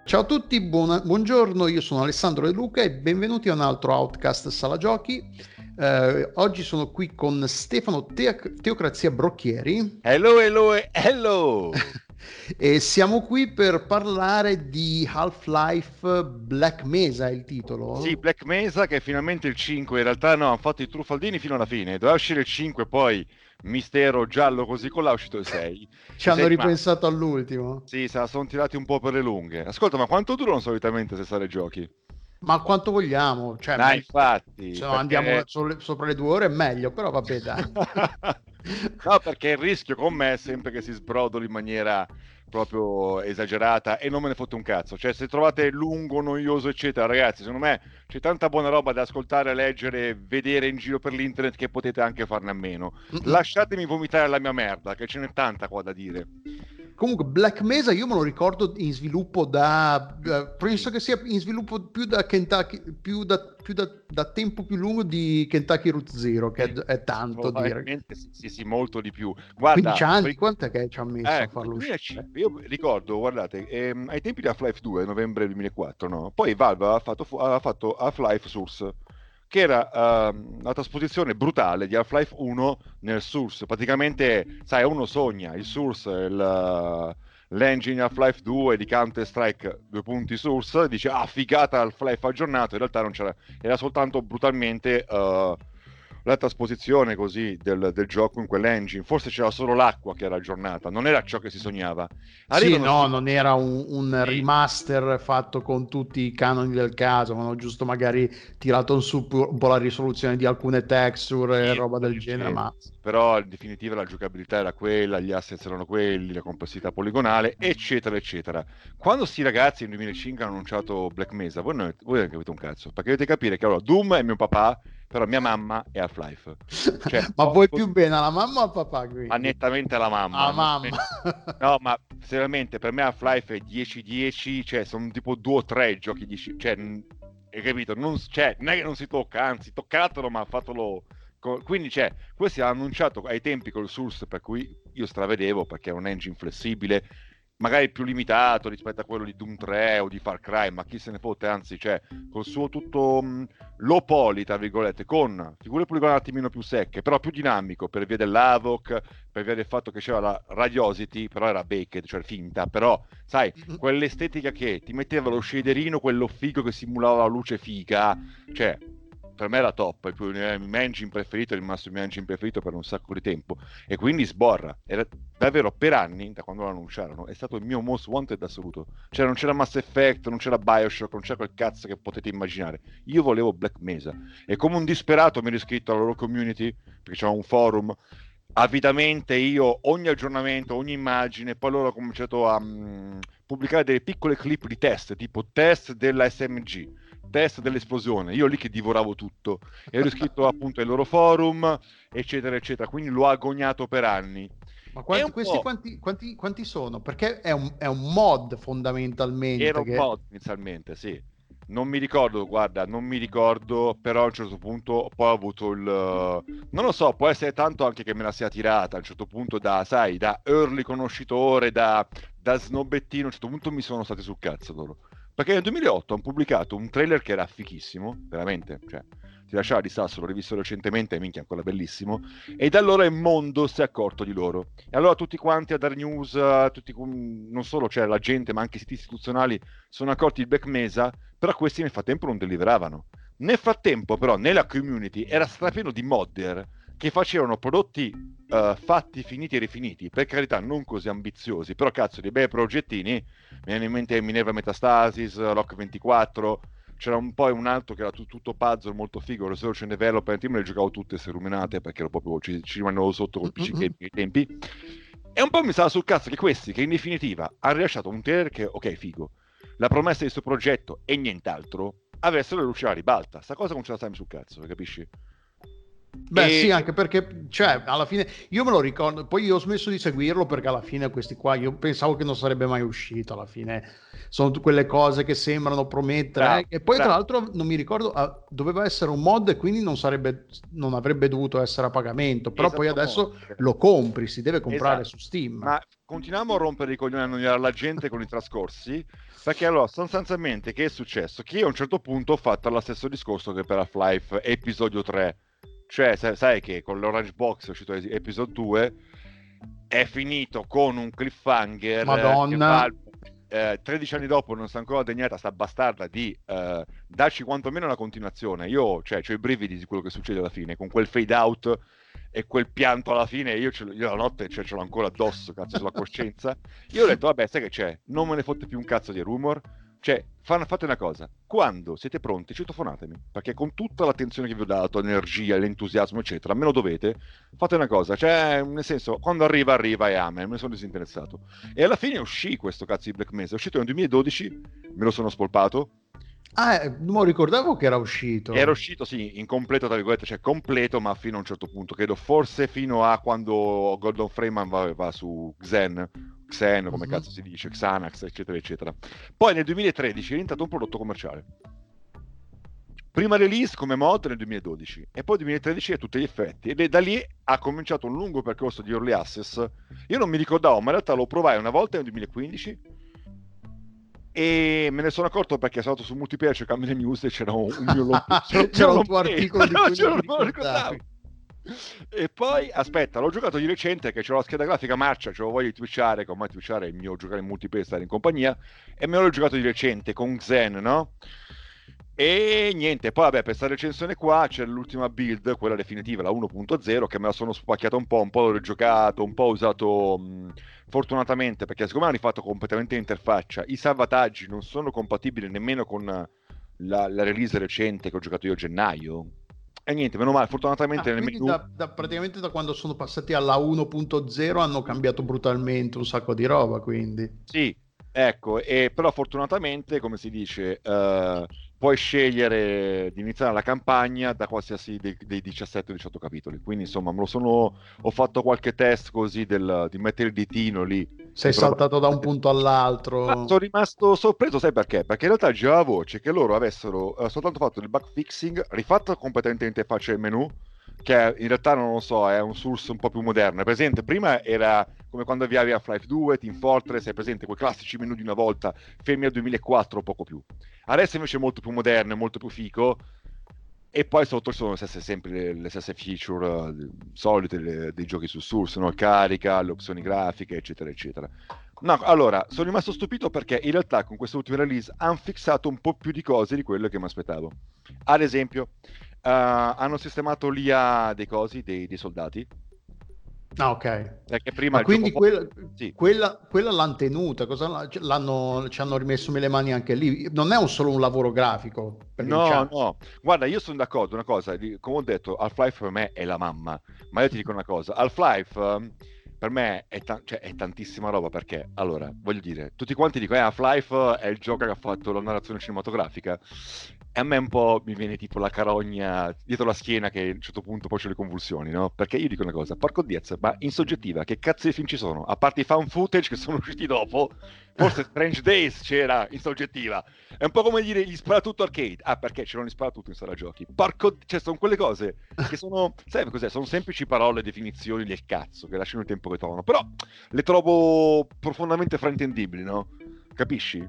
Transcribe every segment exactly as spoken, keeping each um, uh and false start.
Ciao a tutti, buona- buongiorno, io sono Alessandro De Luca e benvenuti a un altro Outcast Sala Giochi. Eh, oggi sono qui con Stefano Teo- Teocrazia Brocchieri Hello, hello, e- hello! e siamo qui per parlare di Half-Life Black Mesa, è il Sì, titolo? Black Mesa che è finalmente il cinque, in realtà no, hanno fatto i truffaldini fino alla fine, doveva uscire il cinque, poi mistero giallo così con là è uscito il sei. Ci Ci hanno sei rimasto? ripensato all'ultimo. Sì, se la sono tirati un po' per le lunghe. Ascolta, ma quanto durano solitamente se sale giochi? Ma quanto vogliamo? Cioè, Ah, meglio- infatti, se no andiamo perché... sole- sopra le due ore è meglio, però vabbè, dai. No, perché il rischio con me è sempre che si sbrodoli in maniera proprio esagerata e non me ne fotte un cazzo. Cioè, se trovate lungo, noioso, eccetera, ragazzi, secondo me c'è tanta buona roba da ascoltare, leggere, vedere in giro per l'internet che potete anche farne a meno. Mm-mm. Lasciatemi vomitare la mia merda, che ce n'è tanta qua da dire. Comunque, Black Mesa io me lo ricordo in sviluppo da, eh, penso Sì. che sia in sviluppo più da Kentucky, più da, più da, da tempo più lungo di Kentucky Route Zero, che è, Sì, è sì, tanto dire. probabilmente sì, sì, sì, molto di più. quindici Guarda, anni, pri- quant'è che ci ha messo a eh, farlo uscire? duemilacinque, io ricordo, guardate, ehm, ai tempi di Half-Life due, novembre duemilaquattro, no? Poi Valve aveva fatto, fu- aveva fatto Half-Life Source, che era ehm, una trasposizione brutale di Half-Life uno nel Source. Praticamente, sai, uno sogna, il Source, il, l'engine Half-Life due di Counter-Strike, due punti Source, dice, ah, figata Half-Life aggiornato, in realtà non c'era, era soltanto brutalmente eh, la trasposizione così del, del gioco in quell'engine. Forse c'era solo l'acqua che era aggiornata, non era ciò che si sognava. Sì, Arrivano no, sti... non era un, un Sì, remaster fatto con tutti i canoni del caso, ma hanno giusto magari tirato in su pu- un po' la risoluzione di alcune texture e sì, roba roba del del genere, genere, ma sì. Però in definitiva la giocabilità era quella, gli asset erano quelli, la complessità poligonale, eccetera, eccetera. Quando sti ragazzi nel duemilacinque hanno annunciato Black Mesa, voi non, avete- voi non capite un cazzo, perché dovete capire che allora Doom è mio papà, però mia mamma è Half-Life. Cioè, ma po- vuoi po- più bene alla mamma o al papà, ma quindi? nettamente la Ah, mamma. Non- mamma. No, ma seriamente per me Half-Life è dieci dieci, cioè sono tipo due o tre giochi dieci, cioè, mh, hai capito? Non, cioè, non è che non si tocca, anzi, toccatelo, ma fatelo. co- Quindi, cioè, questi hanno annunciato ai tempi col Source, per cui io stravedevo perché è un engine flessibile, magari più limitato rispetto a quello di Doom tre o di Far Cry, ma chi se ne fotte, anzi, cioè, col suo tutto mh, low poly, tra virgolette, con figure poligonali un attimino più secche, però più dinamico per via dell'Avoc, per via del fatto che c'era la radiosity, però era baked, cioè finta, però sai, quell'estetica che ti metteva lo shaderino, quello figo che simulava la luce figa, cioè per me era top, è il mio engine preferito, è rimasto il mio engine preferito per un sacco di tempo e quindi sborra, era davvero per anni, da quando lo annunciarono, è stato il mio most wanted assoluto, cioè non c'era Mass Effect, non c'era Bioshock, non c'era quel cazzo che potete immaginare, io volevo Black Mesa e come un disperato mi ero iscritto alla loro community, perché c'era un forum, avidamente io ogni aggiornamento, ogni immagine, poi loro hanno cominciato a mm, pubblicare delle piccole clip di test, tipo test della S M G, test dell'esplosione, io lì che divoravo tutto, ero iscritto appunto ai loro forum, eccetera, eccetera, quindi l'ho agognato per anni. Ma È quanti, un questi po', quanti, quanti, quanti sono? Perché è un, è un mod era fondamentalmente un che... mod inizialmente, sì. Non mi ricordo, guarda, non mi ricordo, però a un certo punto poi ho avuto il... Non lo so, può essere tanto anche che me la sia tirata a un certo punto da, sai, da early conoscitore, da, da snobbettino, a un certo punto mi sono stati sul cazzo loro. Perché nel duemilaotto hanno pubblicato un trailer che era fichissimo, veramente, cioè, ti lasciava di sasso, l'ho rivisto recentemente, minchia, ancora bellissimo, e da allora il mondo si è accorto di loro. E allora tutti quanti a dare news, eh, tutti, non solo c'è cioè, la gente, ma anche i siti istituzionali sono accorti di Black Mesa, però questi nel frattempo non deliveravano. Nel frattempo, però, nella community era strapieno di modder che facevano prodotti uh, fatti, finiti e rifiniti, per carità non così ambiziosi, però cazzo, dei bei progettini. Mi viene in mente Minerva Metastasis, Rock ventiquattro, c'era un po' un altro che era tu- tutto puzzle molto figo, Research and Development, io me le giocavo tutte se ruminate perché ero proprio, ci, ci rimanevo sotto col P C Game ai tempi. E un po' mi stava sul cazzo che questi, che in definitiva hanno rilasciato un trailer che, ok, figo, la promessa di questo progetto e nient'altro, avessero le luci alla ribalta. Sta cosa comincia a starmi sul cazzo, capisci? Beh, E... sì, anche perché, cioè, alla fine, io me lo ricordo, poi io ho smesso di seguirlo perché alla fine questi qua, io pensavo che non sarebbe mai uscito, alla fine sono tutte quelle cose che sembrano promettere, Bravo, eh. E poi tra bravo. l'altro non mi ricordo, ah, doveva essere un mod e quindi non sarebbe, non avrebbe dovuto essere a pagamento, però poi adesso Esattamente. lo compri, si deve comprare Esatto. su Steam. Ma continuiamo a rompere i coglioni, a annoiare la gente con i trascorsi, perché allora sostanzialmente che è successo? Che io a un certo punto ho fatto lo stesso discorso che per Half-Life episodio tre, cioè sai, sai che con l'Orange Box è uscito episodio due, è finito con un cliffhanger eh, che Madonna. Valve eh, tredici anni dopo non si è ancora degnata sta bastarda di eh, darci quantomeno una continuazione. Io, cioè, ho i brividi di quello che succede alla fine, con quel fade out e quel pianto alla fine, io, ce l'ho- io la notte cioè, ce l'ho ancora addosso, cazzo, sulla coscienza. Io ho detto, vabbè, sai che c'è? Non me ne fotte più un cazzo di rumor. Cioè, fan- fate una cosa, quando siete pronti citofonatemi, perché con tutta l'attenzione che vi ho dato, l'energia, l'entusiasmo, eccetera, me lo dovete, fate una cosa, cioè, nel senso, quando arriva, arriva e amen, me ne sono disinteressato. E alla fine uscì questo cazzo di Black Mesa, è uscito nel duemiladodici, me lo sono spolpato, Ah, eh, non ricordavo che era era uscito. uscito, sì, in completo, tra virgolette, cioè completo, ma fino a un certo punto, credo, forse fino a quando Gordon Freeman va, va su Xen, Xen, come Mhm. cazzo si dice, Xanax, eccetera, eccetera. Poi nel duemilatredici è diventato un prodotto commerciale. Prima release come mod nel duemiladodici e poi duemilatredici a tutti gli effetti. Ed è da lì ha cominciato un lungo percorso di early access. Io non mi ricordavo, ma in realtà lo provai una volta nel duemilaquindici e me ne sono accorto perché sono andato su multiplayer cercando le news e c'era un, un mio long, c'era, c'era C'era un un long tuo play. articolo di No, cui non c'era, ti non me lo ricordavo. ricordavi. E poi aspetta, l'ho giocato di recente che c'ho la scheda grafica marcia, c'ho voglia di twitchare, che ormai twitchare è il mio giocare in multiplayer, stare in compagnia, e me l'ho giocato di recente con Xen, no? E niente, poi vabbè, per questa recensione qua c'è l'ultima build, quella definitiva, la uno punto zero, che me la sono spacchiata un po', un po' l'ho rigiocato, un po' ho usato mh, fortunatamente, perché siccome hanno rifatto completamente l'interfaccia, i salvataggi non sono compatibili nemmeno con la, la release recente che ho giocato io a gennaio. E niente, meno male, fortunatamente Ah, nel quindi menu... da, da- praticamente da quando sono passati alla uno punto zero hanno cambiato brutalmente un sacco di roba, quindi. Sì, ecco, e però fortunatamente, come si dice, eh, puoi scegliere di iniziare la campagna da qualsiasi dei, dei diciassette diciotto capitoli. Quindi, insomma, me lo sono, ho fatto qualche test così del- di mettere il ditino lì. Sei Però- saltato da un punto Ma sono all'altro. rimasto sorpreso, sai perché? Perché in realtà girava voce che loro avessero eh, soltanto fatto il bug fixing, rifatto completamente l'interfaccia del menu, che in realtà non lo so, è un source un po' più moderno. È presente? Prima era come quando avviavi Half-Life due, Team Fortress, è presente quei classici menu di una volta, fermi al duemilaquattro o poco più. Adesso invece è molto più moderno, è molto più fico, e poi sotto ci sono le stesse, sempre le, le stesse feature eh, solite le- dei giochi su Source, no? Carica, le opzioni grafiche, eccetera, eccetera. No, allora, sono rimasto stupito perché in realtà con questa ultima release hanno fissato un po' più di cose di quello che mi aspettavo. Ad esempio, eh, hanno sistemato l'I A dei cosi, dei, dei soldati, Ah, ok. perché prima Ma il gioco... quindi fo- quella, Sì, quella, quella l'hanno tenuta, cosa l'ha- l'hanno, ci hanno rimesso le mani anche lì. Non è un solo un lavoro grafico, perché no, diciamo, no, guarda, io sono d'accordo, una cosa, di- come ho detto, Half-Life per me è la mamma, ma io ti dico una cosa, Half-Life ehm, per me è, ta- cioè, è tantissima roba perché, allora, voglio dire, tutti quanti dicono, eh, Half-Life è il gioco che ha fatto la narrazione cinematografica, e a me un po' mi viene tipo la carogna dietro la schiena che a un certo punto poi c'è le convulsioni, no? Perché io dico una cosa, porco Diaz, ma in soggettiva che cazzo di film ci sono? A parte i fan footage che sono usciti dopo, forse Strange Days c'era in soggettiva, è un po' come dire gli spara tutto arcade. Ah, perché c'erano gli spara tutto in sala giochi. Porco, cioè, sono quelle cose che sono, sai cos'è? Sono semplici parole, definizioni del cazzo che lasciano il tempo che trovano. Però le trovo profondamente fraintendibili, no? Capisci?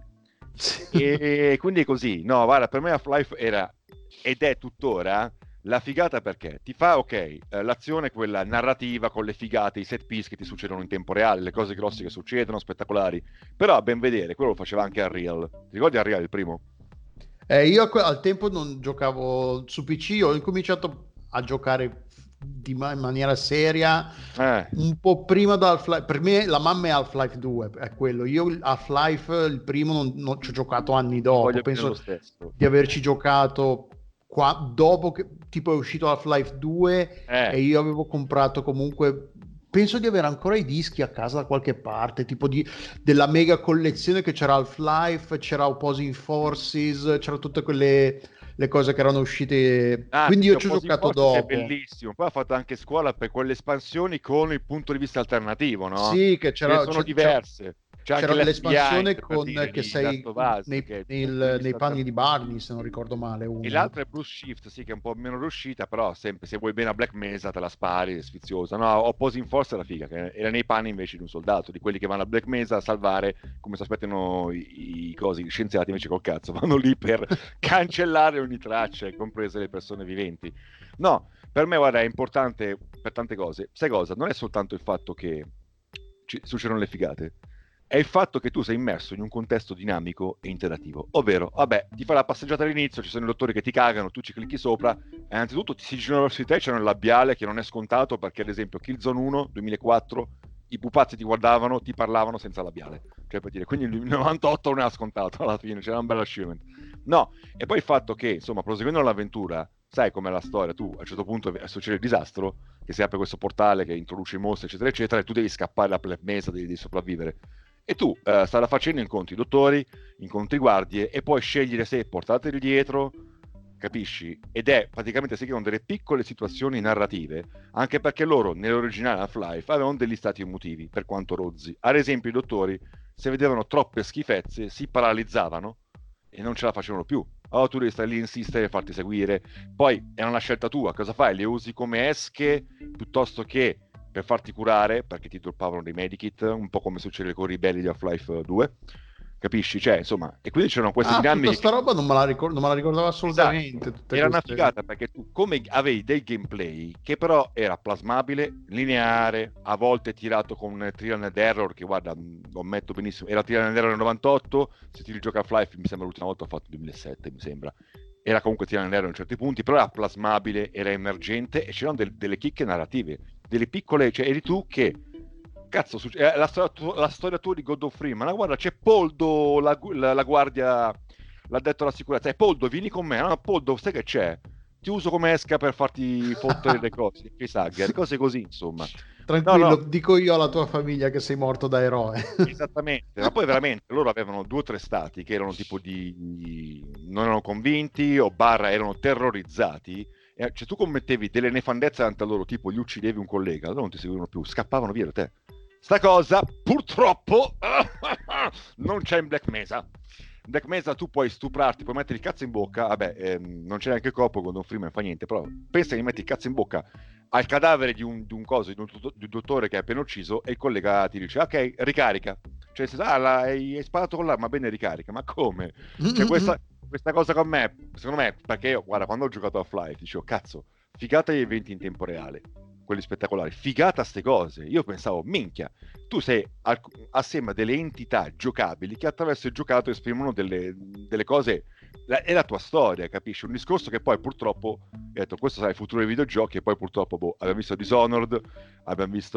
E quindi è così. No, guarda, per me Half-Life era ed è tuttora la figata perché ti fa, ok, eh, l'azione è quella narrativa con le figate, i set piece che ti succedono in tempo reale, le cose grosse che succedono, spettacolari. Però a ben vedere, quello lo faceva anche Unreal. Ti ricordi Unreal il primo? Eh, io a que- al tempo non giocavo su P C, ho incominciato a giocare di ma- in maniera seria Eh, un po' prima da Half-Life. Per me la mamma è Half-Life due, è quello. Io il Half-Life, il primo, non, non ci ho giocato anni ti dopo. voglio bene lo Penso stesso. di averci giocato qua, dopo che tipo è uscito Half-Life due Eh, e io avevo comprato comunque penso di avere ancora i dischi a casa da qualche parte, tipo di, della mega collezione che c'era Half-Life, c'era Opposing Forces, c'era tutte quelle le cose che erano uscite, Ah, quindi sì, io sì, ci ho Opposing giocato Forces è dopo. bellissimo. Poi ha fatto anche scuola per quelle espansioni con il punto di vista alternativo, no? Sì, che Ce ne c'era, sono c'è- c'era diverse. C'è anche c'era l'F Behind, l'espansione per con dire, che di Last sei of Us, nei, che è il punto di nel- nei vista panni alternativo. di Barney, se non ricordo male, E una. l'altra è Blue Shift, sì, che è un po' meno riuscita, però sempre se vuoi bene a Black Mesa te la spari, è sfiziosa. No, Opposing Force era figa, che era nei panni invece di un soldato, di quelli che vanno a Black Mesa a salvare, come si aspettano i, i cosi, gli scienziati invece col cazzo, vanno lì per cancellare ogni traccia, comprese le persone viventi. No, per me, guarda, è importante per tante cose. Sai cosa? Non è soltanto il fatto che ci, succedono le figate, è il fatto che tu sei immerso in un contesto dinamico e interattivo, ovvero, vabbè, ti fai la passeggiata all'inizio, ci sono i dottori che ti cagano, tu ci clicchi sopra, e anzitutto ti si girano verso di te, c'è un labiale che non è scontato, perché ad esempio Killzone uno, duemilaquattro, i pupazzi ti guardavano, ti parlavano senza labiale, cioè per dire, quindi il novantotto non è scontato alla fine, c'era un bel achievement. No, e poi il fatto che, insomma, proseguendo l'avventura, sai com'è la storia, tu a un certo punto succede il disastro, che si apre questo portale che introduce i mostri, eccetera, eccetera, e tu devi scappare da Black Mesa, devi, devi sopravvivere. E tu eh, stai facendo incontri dottori, incontri guardie, e puoi scegliere se portarteli dietro, capisci? Ed è praticamente si creano delle piccole situazioni narrative, anche perché loro nell'originale Half-Life avevano degli stati emotivi, per quanto rozzi. Ad esempio i dottori, se vedevano troppe schifezze, si paralizzavano e non ce la facevano più. Allora tu devi stare lì, insistere e farti seguire. Poi è una scelta tua, cosa fai? Le usi come esche piuttosto che per farti curare, perché ti droppavano dei medikit, un po' come succede con i ribelli di Half-Life due, capisci? Cioè, insomma, e quindi c'erano queste Ah, tutta dinamiche sta che... roba non me la, ricor- non me la ricordavo Esatto, assolutamente, tutte era una queste. figata perché tu come avevi del gameplay che però era plasmabile, lineare, a volte tirato con trial and error, che guarda, lo ammetto benissimo, era trial and error nel novantotto, se ti rigioca Half-Life mi sembra l'ultima volta ho fatto nel duemilasette, mi sembra. Era comunque trial and error in certi punti, però era plasmabile, era emergente e c'erano del- delle chicche narrative, delle piccole, cioè eri tu che cazzo, succe- è la storia, tu- la storia tua di God of Freeman, ma guarda, c'è Poldo, la, gu- la- la guardia, l'ha detto alla sicurezza, e Poldo, vieni con me, no, Poldo, sai che c'è? Ti uso come esca per farti fottere le cose, i sagger, cose così, insomma. No, Tranquillo, no, dico io alla tua famiglia che sei morto da eroe. esattamente, ma poi veramente loro avevano due o tre stati che erano tipo di... non erano convinti o barra erano terrorizzati, e, cioè tu commettevi delle nefandezze davanti a loro, tipo gli uccidevi un collega, loro non ti seguivano più, scappavano via da te. Sta cosa purtroppo non c'è in Black Mesa. In Black Mesa tu puoi stuprarti, puoi mettere il cazzo in bocca, vabbè, ehm, non c'è neanche il corpo con Don Freeman fa niente, però pensa che metti il cazzo in bocca al cadavere di un, di un coso, di un, di un dottore che hai appena ucciso, e il collega ti dice ok, ricarica, cioè se ah, la, hai, hai sparato con l'arma, bene, ricarica, ma come? Cioè questa, questa cosa con me, secondo me, perché io, guarda, quando ho giocato a Half-Life dicevo cazzo, figata gli eventi in tempo reale, quelli spettacolari, figata ste cose, io pensavo minchia, tu sei al, assieme a delle entità giocabili che attraverso il giocato esprimono delle, delle cose, la, è la tua storia, capisci? Un discorso che poi purtroppo, ho detto, questo sarà il futuro dei videogiochi, e poi purtroppo boh, abbiamo visto Dishonored, abbiamo visto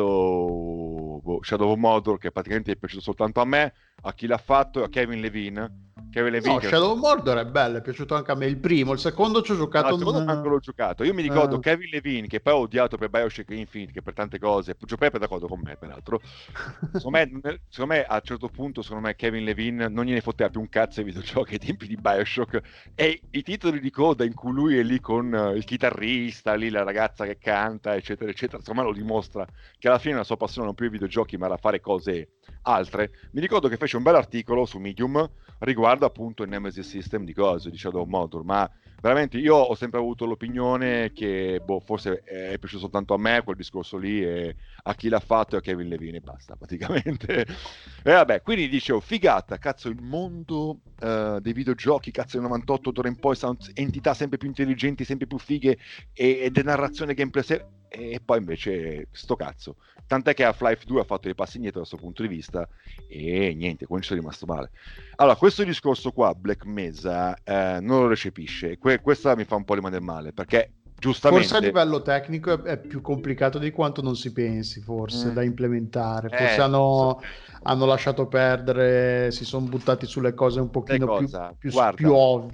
boh, Shadow of Mordor, che praticamente è piaciuto soltanto a me, a chi l'ha fatto, a Kevin Levine. Kevin Levine No, che... Shadow of Mordor è bello, è piaciuto anche a me il primo, il secondo ci ho No, il giocato secondo manco un... l'ho giocato. Io mi ricordo eh, Kevin Levine, che poi ho odiato per Bioshock Infinite, che per tante cose, Giuseppe è d'accordo con me, peraltro. Secondo me, secondo me, a un certo punto, secondo me, Kevin Levine non gliene fotteva più un cazzo ai videogiochi ai tempi di Bioshock. E i titoli di coda in cui lui è lì con uh, il chitarrista, lì la ragazza che canta, eccetera, eccetera, secondo me lo dimostra che alla fine la sua passione non più i videogiochi, ma era fare cose altre. Mi ricordo che fece un bel articolo su Medium riguardo appunto il Nemesis System di cose, di Shadow of Mordor, ma veramente io ho sempre avuto l'opinione che boh, forse è piaciuto soltanto a me quel discorso lì, e a chi l'ha fatto e a Kevin Levine e basta praticamente. E vabbè, quindi dicevo figata, cazzo, il mondo uh, dei videogiochi, cazzo, del novantotto d'ora in poi sono entità sempre più intelligenti, sempre più fighe, e, ed è narrazione gameplay se- e poi invece sto cazzo, tant'è che Half-Life due ha fatto dei passi indietro dal suo punto di vista e niente, qua ci sono rimasto male. Allora, questo discorso qua, Black Mesa, eh, non lo recepisce. Que- questa mi fa un po' rimanere male, perché Forse a giustamente... livello tecnico è, è più complicato di quanto non si pensi, forse, Mm, da implementare. Forse eh, hanno, so- hanno lasciato perdere, si sono buttati sulle cose un sai pochino più, cosa? più, più Guarda, ovvie.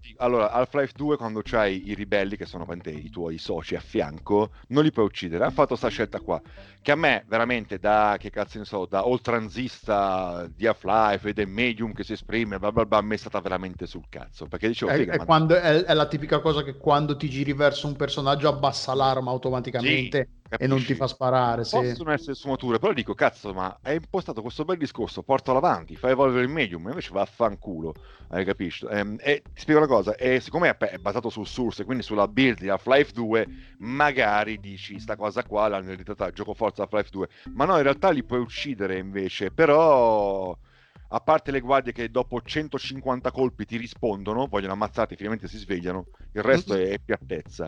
Allora, Half-Life due, quando c'hai i ribelli, che sono i tuoi soci a fianco, non li puoi uccidere. Hanno fatto sta scelta qua, che a me veramente da, che cazzo ne so, da oltranzista di Half-Life e del medium che si esprime, bla bla bla, a me è stata veramente sul cazzo, perché dicevo, È, figa, è ma... quando, è, è la tipica cosa che quando ti giri verso un personaggio abbassa l'arma Sì, automaticamente e non ti capisci? fa sparare, sì. Possono essere sfumature, però dico, cazzo, ma hai impostato questo bel discorso, portalo avanti, fai evolvere il medium, invece vaffanculo, hai capito? Ehm, e ti spiego una cosa, e siccome è, è basato sul source, quindi sulla build di Half-Life due, magari dici, sta cosa qua l'hanno ereditata da gioco forza Half-Life due, ma no, in realtà li puoi uccidere invece, però... A parte le guardie che dopo centocinquanta colpi ti rispondono, vogliono ammazzarti, finalmente si svegliano, il resto è, è piattezza.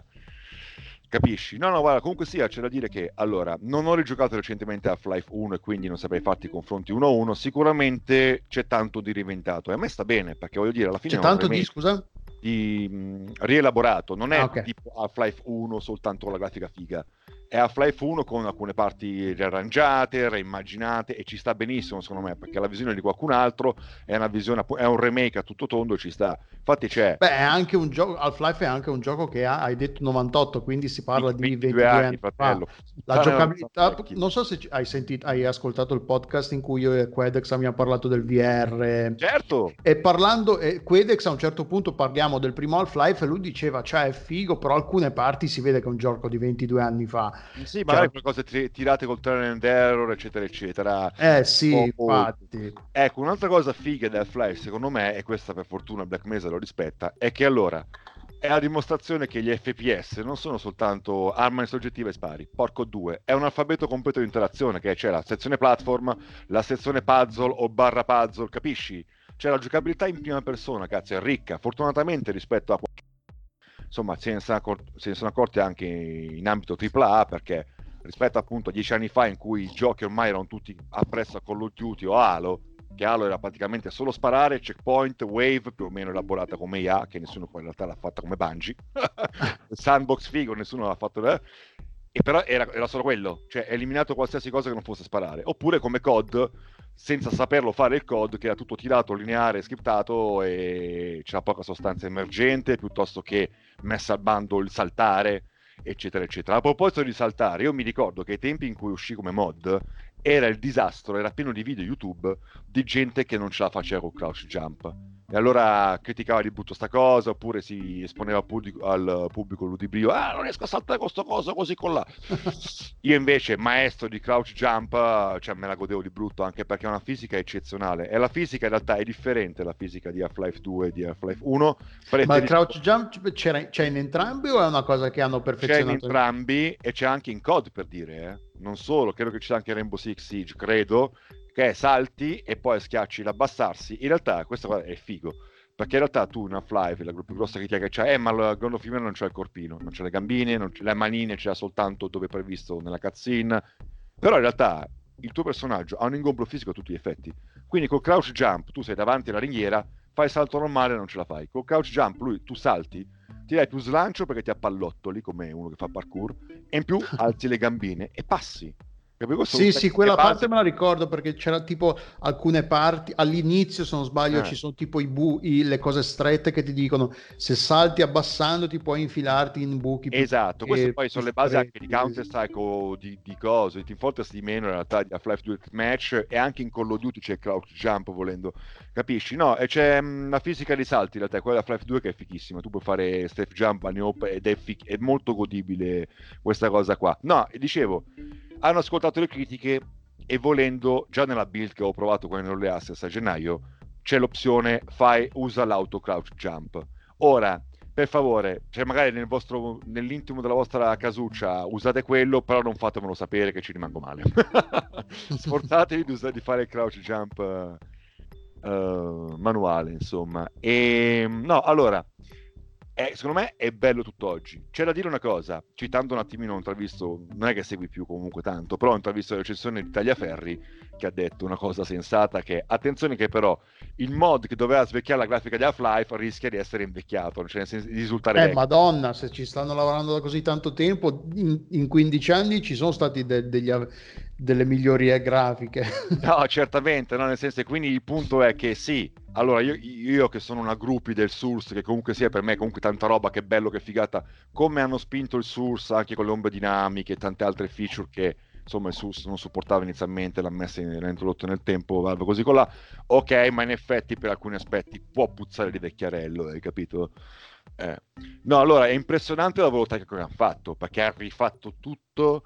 Capisci? No, no, guarda, comunque sia, c'è da dire che, allora, non ho rigiocato recentemente Half-Life uno e quindi non saprei farti i confronti uno a uno, sicuramente c'è tanto di reinventato e a me sta bene, perché voglio dire, alla fine C'è è un tanto di, remake scusa? di mh, rielaborato, non Ah, è ok. tipo Half-Life uno soltanto con la grafica figa, è Half-Life uno con alcune parti riarrangiate, reimmaginate e ci sta benissimo secondo me, perché la visione di qualcun altro è una visione, è un remake a tutto tondo e ci sta. Infatti c'è Beh, è anche un gioco, Half-Life è anche un gioco che ha, hai detto novantotto, quindi si parla di ventidue ventidue anni, anni fa. fratello, La puttana la giocabilità, vecchi. non so se ci- hai sentito, hai ascoltato il podcast in cui io e Quedex abbiamo parlato del V R. Certo! E parlando, e Quedex a un certo punto parliamo del primo Half-Life e lui diceva, cioè è figo, però alcune parti si vede che è un gioco di ventidue anni fa. Sì, magari Cioè, quelle cose tri- tirate col trial and error, eccetera, eccetera. eh sì, O- o- infatti. Ecco, un'altra cosa figa del Flash, secondo me, e questa per fortuna Black Mesa lo rispetta, è che allora è la dimostrazione che gli F P S non sono soltanto arma soggettiva e spari. Porco due, è un alfabeto completo di interazione, che c'è la sezione platform, la sezione puzzle o barra puzzle, capisci? C'è la giocabilità in prima persona, cazzo, è ricca. Fortunatamente rispetto a... Insomma, se ne sono accorti, se ne sono accorti anche in ambito tripla A, perché rispetto appunto a dieci anni fa in cui i giochi ormai erano tutti appresso a Call of Duty o Halo, che Halo era praticamente solo sparare, checkpoint, wave, più o meno elaborata come I A, che nessuno poi in realtà l'ha fatta come Bungie, sandbox figo, nessuno l'ha fatto, eh? E però era, era solo quello, cioè eliminato qualsiasi cosa che non fosse sparare, oppure come C O D, senza saperlo fare il C O D, che era tutto tirato, lineare, scriptato e c'era poca sostanza emergente, piuttosto che messa al bando il saltare, eccetera, eccetera. A proposito di saltare, io mi ricordo che ai tempi in cui uscì come mod era il disastro, era pieno di video YouTube di gente che non ce la faceva con crouch jump. E allora criticava di brutto sta cosa, oppure si esponeva al pubblico, al pubblico ludibrio, ah, non riesco a saltare questo coso così con là. Io invece, maestro di crouch jump, cioè me la godevo di brutto, anche perché è una fisica eccezionale. E la fisica in realtà è differente, la fisica di Half-Life due e di Half-Life uno. Ma il Preferisco... crouch jump c'era, c'è in entrambi o è una cosa che hanno C'è in perfezionato? entrambi e c'è anche in C O D, per dire, eh. Non solo, credo che ci sia anche in Rainbow Six Siege, credo, che è salti e poi schiacci l'abbassarsi. In realtà questa cosa è figo, perché in realtà tu in Half-Life, la più grossa critica che c'è, eh, ma il Gun of Female non c'è il corpino, non c'è le gambine, non c'è le manine, c'è soltanto dove è previsto nella cutscene. Però in realtà il tuo personaggio ha un ingombro fisico a tutti gli effetti. Quindi col crouch jump tu sei davanti alla ringhiera, fai il salto normale e non ce la fai. Col crouch jump lui, tu salti, ti dai più slancio perché ti appallottoli come uno che fa parkour e in più alzi le gambine e passi. Capito? Questo Sì, sì, quella base... parte me la ricordo perché c'era tipo alcune parti, all'inizio se non sbaglio eh. ci sono tipo i buchi, le cose strette che ti dicono se salti abbassando ti puoi infilarti in buchi più, Esatto, queste eh, poi più sono le basi anche di stretti. Counter-Strike o di, di cose, di Team Fortress di meno in realtà, di Half-Life due Match e anche in Call of Duty c'è il crouch jump volendo, capisci? No, e c'è mh, la fisica dei salti in realtà, quella di Half-Life due che è fichissima, tu puoi fare step jump, bunny hop ed è, fich- è molto godibile questa cosa qua. No, e dicevo, hanno ascoltato le critiche e volendo, già nella build che ho provato con Early Access a gennaio, c'è l'opzione fai, usa l'auto crouch jump. Ora, per favore, cioè magari nel vostro, nell'intimo della vostra casuccia usate quello, però non fatemelo sapere che ci rimango male. Sforzatevi di, usare, di fare il crouch jump uh, uh, manuale, insomma. E no, allora, è, secondo me è bello tutt'oggi. C'è da dire una cosa, citando un attimino un travisto, non è che segui più comunque tanto, però ho intravisto la recensione di Tagliaferri che ha detto una cosa sensata, che attenzione che però il mod che doveva svecchiare la grafica di Half-Life rischia di essere invecchiato, cioè nel senso di risultare Eh, vecchio. Madonna, se ci stanno lavorando da così tanto tempo, in, in quindici anni ci sono stati de- degli, av- delle migliorie grafiche. No, certamente, no, nel senso che quindi il punto è che sì, allora io, io che sono una groupie del Source, che comunque sia per me comunque tanta roba, che bello, che figata, come hanno spinto il Source anche con le ombre dinamiche e tante altre feature che insomma il Source non supportava inizialmente, l'ha messa in, l'ha introdotto nel tempo, Valve così con là, ok, ma in effetti per alcuni aspetti può puzzare di vecchiarello, hai capito? Eh. No, allora è impressionante il lavoro tecnico che hanno fatto, perché ha rifatto tutto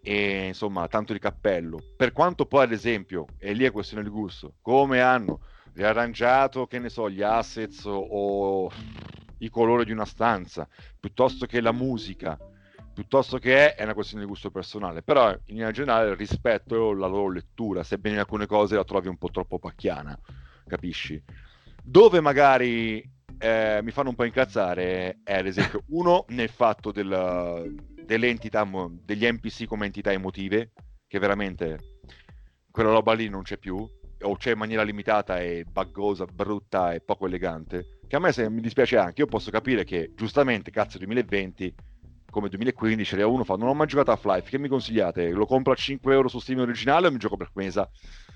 e insomma tanto di cappello, per quanto poi ad esempio, e lì è questione di gusto, come hanno riarrangiato, che ne so, gli assets o, o i colori di una stanza, piuttosto che la musica, piuttosto che è, è una questione di gusto personale, però in linea generale rispetto la loro lettura, sebbene in alcune cose la trovi un po' troppo pacchiana, capisci? Dove magari eh, mi fanno un po' incazzare è ad esempio uno nel fatto del, delle entità, mo- degli N P C come entità emotive, che veramente quella roba lì non c'è più, o c'è in maniera limitata e buggosa, brutta e poco elegante, che a me se, mi dispiace anche. Io posso capire che giustamente cazzo duemilaventi come duemilaquindici arriva uno fa non ho mai giocato a Half-Life, che mi consigliate? Lo compro a cinque euro su Steam originale o mi gioco per mesa?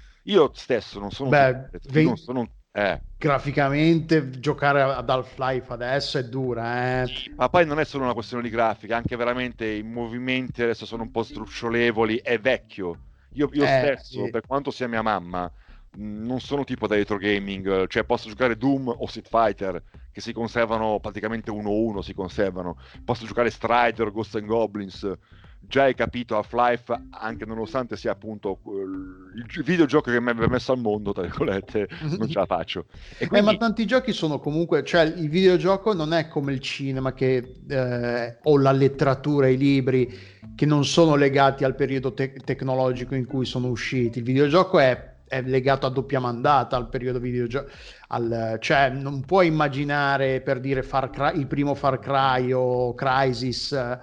Io stesso non sono un tipo, Beh, io non ve- sono un- eh graficamente giocare ad Half-Life adesso è dura, eh. Sì, ma poi non è solo una questione di grafica, anche veramente i movimenti adesso sono un po' strucciolevoli, è vecchio. Io, io Eh, stesso, sì. per quanto sia mia mamma, mh, non sono tipo da retro gaming, cioè posso giocare Doom o Street Fighter, che si conservano praticamente uno a uno, si conservano. Posso giocare Strider, Ghosts and Goblins. Già hai capito, Half-Life, anche nonostante sia appunto quel- il videogioco che mi aveva messo al mondo, tra virgolette, non ce la faccio. E Eh, ma quindi tanti giochi sono comunque, cioè il videogioco non è come il cinema che, eh, o la letteratura, i libri che non sono legati al periodo te- tecnologico in cui sono usciti. Il videogioco è, è legato a doppia mandata al periodo videogioco, al, cioè non puoi immaginare per dire Far Cry, il primo Far Cry o Crysis eh,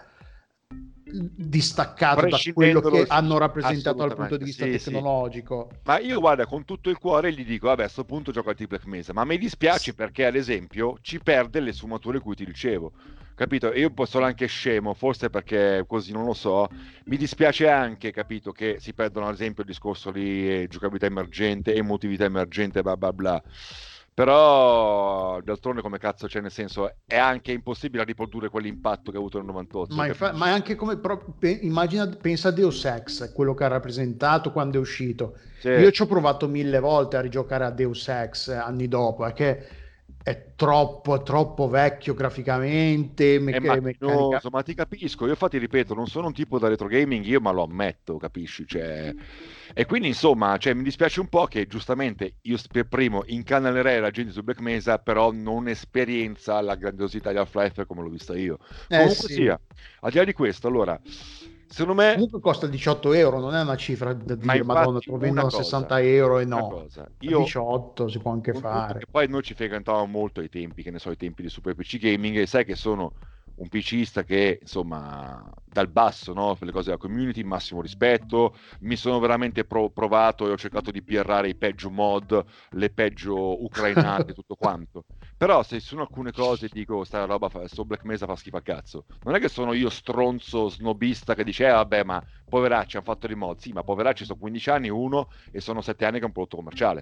distaccato da quello prescindendo che dal hanno film, rappresentato dal punto di assolutamente, vista sì, sì. tecnologico. Ma io guarda, con tutto il cuore gli dico, vabbè, a sto punto gioco al Black Mesa, ma mi dispiace perché ad esempio ci perde le sfumature cui ti dicevo, capito? E io posso anche scemo, forse perché così non lo so, mi dispiace anche, capito, che si perdono ad esempio il discorso di eh, giocabilità emergente, emotività emergente, bla bla bla. Però d'altronde come cazzo c'è, nel senso è anche impossibile riprodurre quell'impatto che ha avuto nel novantotto, Ma, infa- ma capisci? è anche come pro- pe- immagina, pensa a Deus Ex, quello che ha rappresentato quando è uscito. Sì. Io ci ho provato mille volte a rigiocare a Deus Ex eh, anni dopo, perché è troppo, troppo vecchio graficamente, È mecc- meccanica. macchinoso, ma ti capisco. Io infatti ripeto, non sono un tipo da retro gaming, io ma lo ammetto, capisci? Cioè... E quindi insomma, cioè, mi dispiace un po' che giustamente io per primo incannalerei la gente su Black Mesa, però non esperienza la grandiosità di Half-Life come l'ho vista io. Eh Comunque sì, sia, al di là di questo, allora, secondo me, comunque costa diciotto euro, non è una cifra da ma dire, Madonna, te infatti lo una vendono a cosa, sessanta euro e una no, cosa, a io diciotto si può anche con tutto fare. che poi noi ci frequentavamo molto ai tempi, che ne so, ai tempi di Super P C Gaming, e sai che sono un PCista che, insomma, dal basso, no, per le cose della community, massimo rispetto, mi sono veramente pro- provato e ho cercato di pirrare i peggio mod, le peggio ucrainate, tutto quanto. Però se ci sono alcune cose dico, sta roba, fa, sto Black Mesa fa schifo a cazzo. Non è che sono io stronzo, snobista, che dice, eh vabbè, ma poveracci, hanno fatto i mod. Sì, ma poveracci, sono quindici anni, uno, e sono sette anni che è un prodotto commerciale.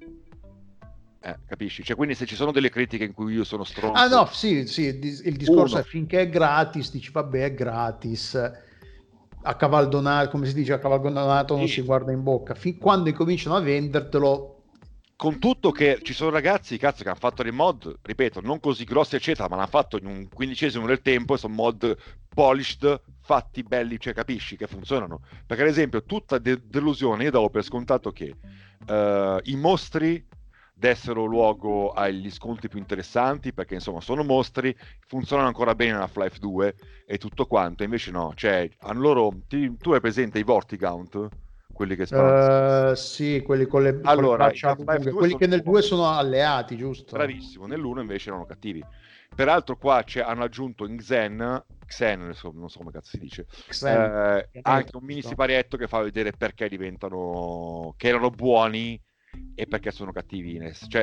Eh, capisci? Cioè, quindi se ci sono delle critiche in cui io sono Ah stronzo, no, sì, sì, il dis- il discorso è uno, finché è gratis, dici vabbè è gratis, a cavaldonato, come si dice, a cavaldonato non sì, si guarda in bocca, fin quando incominciano a vendertelo, con tutto che ci sono ragazzi, cazzo, che hanno fatto dei mod, ripeto, non così grossi, eccetera, ma l'hanno fatto in un quindicesimo del tempo e sono mod polished, fatti belli, cioè capisci che funzionano. Perché ad esempio, tutta de- delusione, io davo per scontato che eh, i mostri dessero luogo agli scontri più interessanti, perché insomma sono mostri, funzionano ancora bene nella Half-Life due e tutto quanto, invece no, cioè, hanno loro, ti- tu hai presente i Vortigaunt? Quelli che sparano. eh, sì, quelli con le, con le Allora, in braccia Half-Life lunghe, due quelli sono che nel due buoni, sono alleati, giusto? bravissimo, nell'uno invece erano cattivi. Peraltro qua c'è- hanno aggiunto in Xen, Xen, non so, non so come cazzo si dice, Xen, eh, ovviamente, anche un mini giusto? siparietto che fa vedere perché diventano, che erano buoni e perché sono cattivi. Cioè,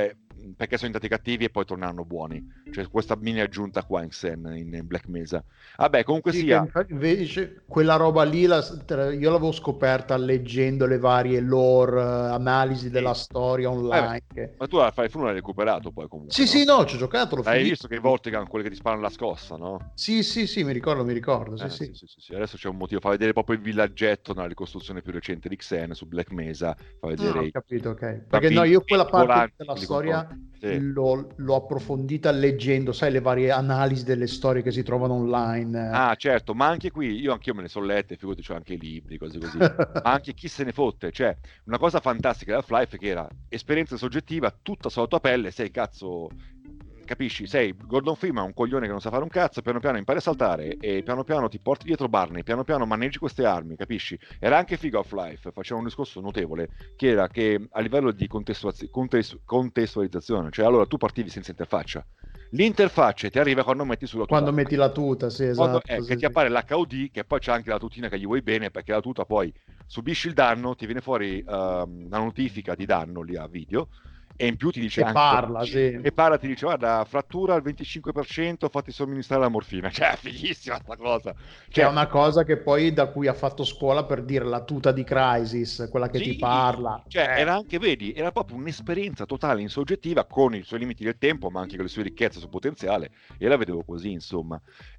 perché sono diventati cattivi e poi torneranno buoni. Cioè questa mini aggiunta qua in Xen, in Black Mesa. Vabbè, comunque Sì, che sia... invece quella roba lì la- io l'avevo scoperta leggendo le varie lore, eh, analisi della Sì. storia Vabbè, online. che- ma tu la fai, tu l'hai recuperato poi comunque, Sì, no? sì, no, ci ho giocato, l'ho Hai finito. visto che i Vortigern, quelli che ti sparano la scossa, no? Sì, sì, sì, mi ricordo, mi ricordo, sì, Eh, sì, sì. sì, sì, sì. Adesso c'è un motivo, fa vedere proprio il villaggetto nella ricostruzione più recente di Xen su Black Mesa, fa Ah, vedere ho i capito, ok. Perché no, bambini, io quella bambini parte volanti della che li controllano. storia Sì. l'ho l'ho approfondita leggendo, sai, le varie analisi delle storie che si trovano online. Ah, certo, ma anche qui, io anch'io me ne sono lette, figurati, c'ho anche i libri, cose così. Ma anche chi se ne fotte, cioè, una cosa fantastica di Half-Life che era esperienza soggettiva, tutta sulla tua pelle, sei cazzo, capisci? Sei Gordon Freeman, un coglione che non sa fare un cazzo, piano piano impari a saltare e piano piano ti porti dietro Barney, piano piano maneggi queste armi, capisci? Era anche figo Half-Life, faceva un discorso notevole, che era che a livello di contestuaz- contestu- contestualizzazione, cioè allora tu partivi senza interfaccia, l'interfaccia ti arriva quando metti sulla tuta. Quando metti la tuta, sì, Quando è esatto, che sì, ti sì. appare l'H U D, che poi c'è anche la tutina che gli vuoi bene, perché la tuta poi subisci il danno, ti viene fuori ehm, una notifica di danno lì a video, e in più ti dice E anche, parla, sì. e parla, ti dice, guarda, frattura al venticinque per cento, fatti somministrare la morfina. Cioè, è fighissima sta cosa. Che è Cioè, una cosa che poi da cui ha fatto scuola per dire la tuta di Crysis, quella che ti sì, parla. cioè Eh. era anche, vedi, era proprio un'esperienza totale in soggettiva con i suoi limiti del tempo, ma anche con le sue ricchezze, il suo potenziale, e la vedevo così, insomma.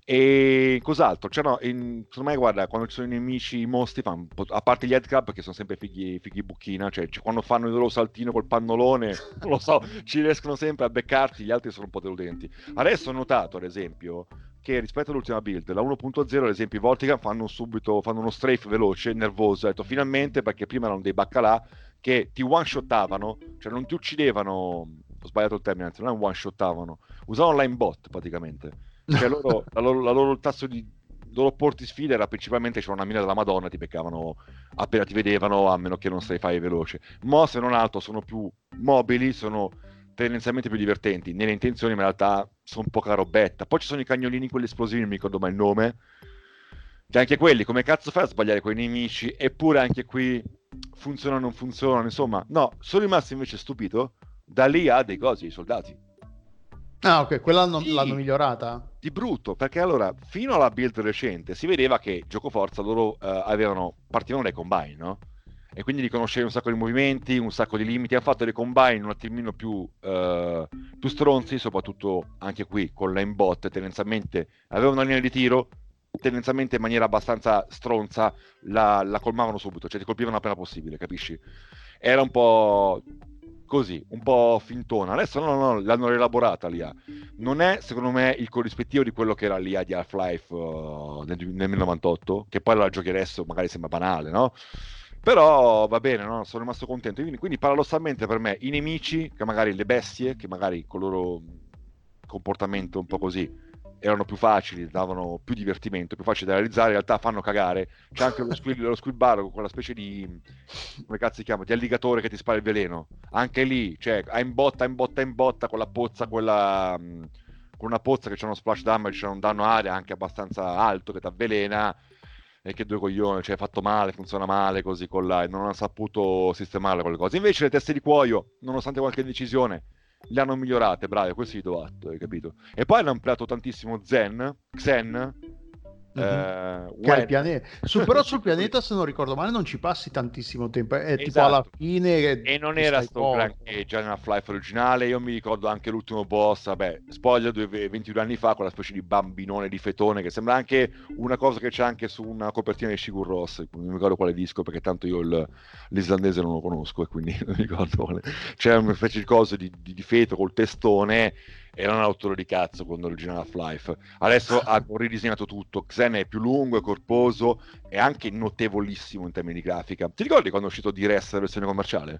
E cos'altro? Cioè, no, in, secondo me, guarda, quando ci sono i nemici, i mostri, fanno un po'- a parte gli headcrab, che sono sempre fighi, fighi bucchina, cioè, cioè, quando fanno il loro saltino col pannolone, non lo so, ci riescono sempre a beccarti, gli altri sono un po' deludenti. Adesso ho notato, ad esempio, che rispetto all'ultima build, la uno punto zero, ad esempio, i Vortigan fanno subito, fanno uno strafe veloce, nervoso, ho detto finalmente, perché prima erano dei baccalà che ti one-shottavano, cioè non ti uccidevano, ho sbagliato il termine, anzi, non è one-shottavano, usavano line bot praticamente, cioè loro, la loro, la loro tasso di il loro porti sfida era principalmente c'era una mina della Madonna, ti beccavano appena ti vedevano, a meno che non sei fai veloce. Mo se non altro sono più mobili, sono tendenzialmente più divertenti nelle intenzioni, ma in realtà sono poca robetta. Poi ci sono i cagnolini, quelli esplosivi, non mi ricordo mai il nome, che anche quelli, come cazzo fai a sbagliare quei nemici? Eppure anche qui funzionano o non funzionano, insomma. No, sono rimasto invece stupito, da lì a dei cosi, i soldati. Ah, ok, quella l'hanno l'hanno Sì, migliorata? di brutto, perché allora, fino alla build recente, si vedeva che gioco forza loro eh, avevano, partivano dai combine, no? E quindi riconoscevi un sacco di movimenti, un sacco di limiti. Hanno fatto dei combine un attimino più, eh, più stronzi, soprattutto anche qui con l'aimbot. Tendenzialmente avevano una linea di tiro, tendenzialmente in maniera abbastanza stronza, la, la colmavano subito, cioè ti colpivano appena possibile, capisci? Era un po' così, un po' fintona. Adesso no, no, no, l'hanno rielaborata l'I A. Non è, secondo me, il corrispettivo di quello che era l'I A di Half-Life uh, nel, nel novantotto, che poi la giochi adesso magari sembra banale, no? Però va bene, no? Sono rimasto contento. Quindi, quindi paradossalmente per me i nemici, che magari le bestie, che magari con il loro comportamento un po' così erano più facili, davano più divertimento, più facili da realizzare, in realtà fanno cagare. C'è anche lo squid, lo squid bar, quella specie di, come cazzo si chiama, di alligatore che ti spara il veleno. Anche lì, cioè, a in botta, in botta, in botta, con la pozza, quella, mh, con una pozza che c'è uno splash damage, c'è un danno area anche abbastanza alto che ti avvelena. E che due coglioni, cioè, è fatto male, funziona male, così con la, e non ha saputo sistemare quelle cose. Invece le teste di cuoio, nonostante qualche decisione, le hanno migliorate, bravi, questo gli do atto, hai capito? E poi hanno ampliato tantissimo Zen, Xen, Mhm. eh, Che è il Wen. pianeta. Su, però sul pianeta, se non ricordo male, non ci passi tantissimo tempo. È tipo alla Esatto. fine che E non ci era stai sto poco. granché già nella Half-Life originale. Io mi ricordo anche l'ultimo boss, vabbè, spoiler, due- ventidue anni fa, quella specie di bambinone di fetone che sembra anche una cosa che c'è anche su una copertina di Sigur Rós. Non mi ricordo quale disco perché tanto io il- l'islandese non lo conosco e quindi non mi ricordo quale. C'era una specie di cosa di, di, di feto col testone. Era un autore di cazzo quando originale Half-Life. Adesso hanno ridisegnato tutto. Xen è più lungo, è corposo, è anche notevolissimo in termini di grafica. Ti ricordi quando è uscito D-Rest la versione commerciale?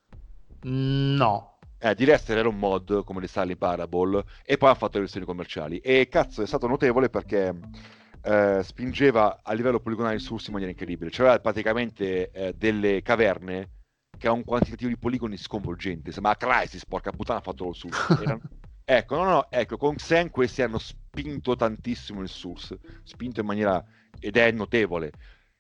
No. Eh, D-Rest era un mod come le Stanley Parable e poi hanno fatto le versioni commerciali. E cazzo, è stato notevole perché eh, spingeva a livello poligonale il source in maniera incredibile. C'era praticamente eh, delle caverne che ha un quantitativo di poligoni sconvolgente. Sembra Crysis, porca puttana, ha fatto lo source. Erano... Ecco, no, no, ecco, con Xen questi hanno spinto tantissimo il source, spinto in maniera ed è notevole.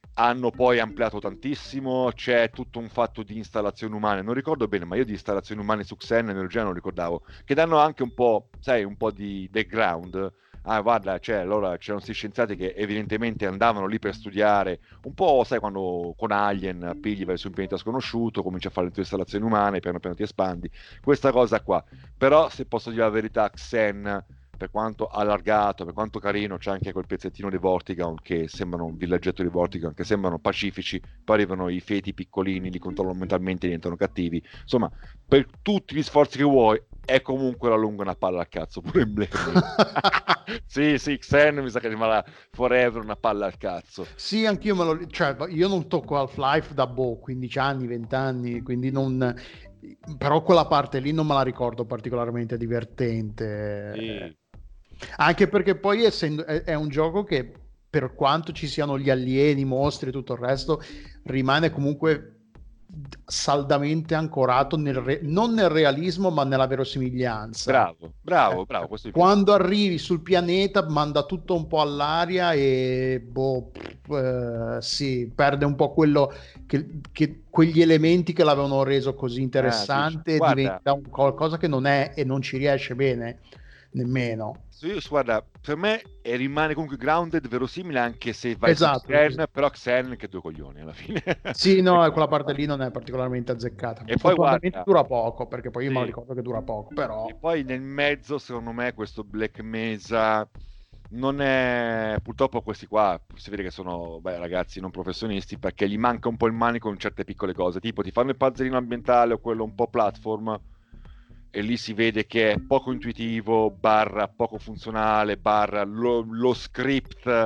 hanno poi ampliato tantissimo, c'è tutto un fatto di installazioni umane, non ricordo bene, ma io di installazioni umane su Xen nel genere non ricordavo, che danno anche un po', sai, un po' di background. Ah, guarda, cioè, allora c'erano questi scienziati che evidentemente andavano lì per studiare, un po', sai, quando con Alien pigli vai su un pianeta sconosciuto, cominci a fare le tue installazioni umane, piano piano ti espandi, questa cosa qua. Però, se posso dire la verità, Xen, per quanto allargato, per quanto carino, c'è anche quel pezzettino di Vortigaunt che sembrano un villaggetto di Vortigaunt, che sembrano pacifici, poi arrivano i feti piccolini, li controllano mentalmente e diventano cattivi. Insomma, per tutti gli sforzi che vuoi, è comunque la lunga una palla al cazzo, pure in Black Mesa. Sì, sì, Xen mi sa che rimarrà forever una palla al cazzo. Sì, anch'io me lo... Cioè, io non tocco Half-Life da boh, quindici anni, venti anni, quindi non... Però quella parte lì non me la ricordo particolarmente divertente. Sì. Anche perché poi essendo, è, è un gioco che, per quanto ci siano gli alieni, i mostri e tutto il resto, rimane comunque saldamente ancorato nel re- non nel realismo ma nella verosimiglianza. Bravo, bravo, bravo. Questo Quando arrivi sul pianeta manda tutto un po' all'aria e boh, pff, eh, sì, perde un po' quello che, che quegli elementi che l'avevano reso così ah, dici, interessante, guarda, diventa un qualcosa che non è e non ci riesce bene nemmeno. io, guarda, per me e rimane comunque grounded, verosimile, anche se vai su Esatto, Xen, però Xen che due coglioni alla fine. sì, E no, quella questa parte qua. lì non è particolarmente azzeccata. E poi Fortunatamente guarda, dura poco, perché poi io me lo sì, ricordo che dura poco, però... e poi nel mezzo, secondo me, questo Black Mesa non è... Purtroppo questi qua si vede che sono, beh, ragazzi non professionisti, perché gli manca un po' il manico in certe piccole cose, tipo ti fanno il puzzlino ambientale o quello un po' platform, e lì si vede che è poco intuitivo, barra poco funzionale, barra lo, lo script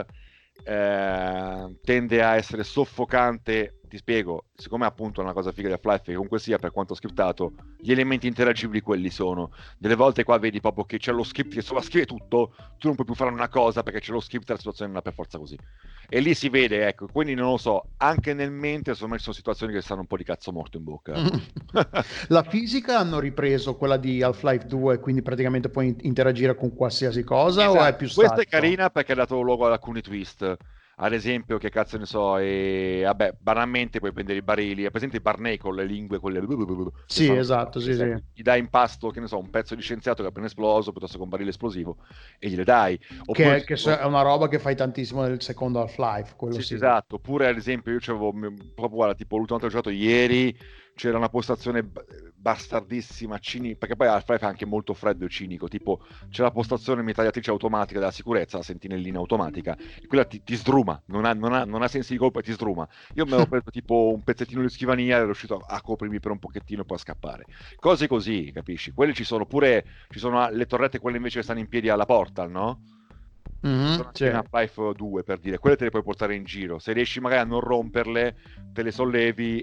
eh, tende a essere soffocante. Ti spiego, siccome appunto è una cosa figa di Half-Life, che comunque sia, per quanto scriptato, gli elementi interagibili quelli sono. Delle volte qua vedi proprio che c'è lo script che sovrascrive tutto, tu non puoi più fare una cosa perché c'è lo script e la situazione non è per forza così. E lì si vede, ecco, quindi non lo so, anche nel mente insomma ci sono situazioni che stanno un po' di cazzo morto in bocca. La fisica hanno ripreso quella di Half-Life due, quindi praticamente puoi interagire con qualsiasi cosa o è Esatto, più questa è statico? carina perché ha dato luogo ad alcuni twist. Ad esempio, che cazzo ne so, e vabbè, banalmente puoi prendere i barili, è presente i barney con le lingue, quelle che Sì, fanno, esatto, sì, sì. gli dai in pasto, che ne so, un pezzo di scienziato che è appena esploso, piuttosto che un barile esplosivo, e gliele dai. Oppure Che, ci che sono- è una roba che fai tantissimo nel secondo Half-Life, quello sì, sì, sì. esatto. Oppure, ad esempio, io c'avevo m- proprio, guarda, tipo l'ultima volta che ho giocato ieri, c'era una postazione b- bastardissima, cini- perché poi Half-Life è anche molto freddo e cinico, tipo c'è la postazione mitragliatrice automatica della sicurezza, la sentinellina automatica, e quella ti, ti sdruma, non ha, non ha- non ha sensi di colpo e ti sdruma. Io mi ero preso tipo un pezzettino di scrivania e ero riuscito a, a coprirmi per un pochettino e poi a scappare. Cose così, capisci? Quelle ci sono, pure ci sono le torrette, quelle invece che stanno in piedi alla porta, no? Sono Mhm, anche in sì. Half-Life due, per dire, quelle te le puoi portare in giro. Se riesci magari a non romperle, te le sollevi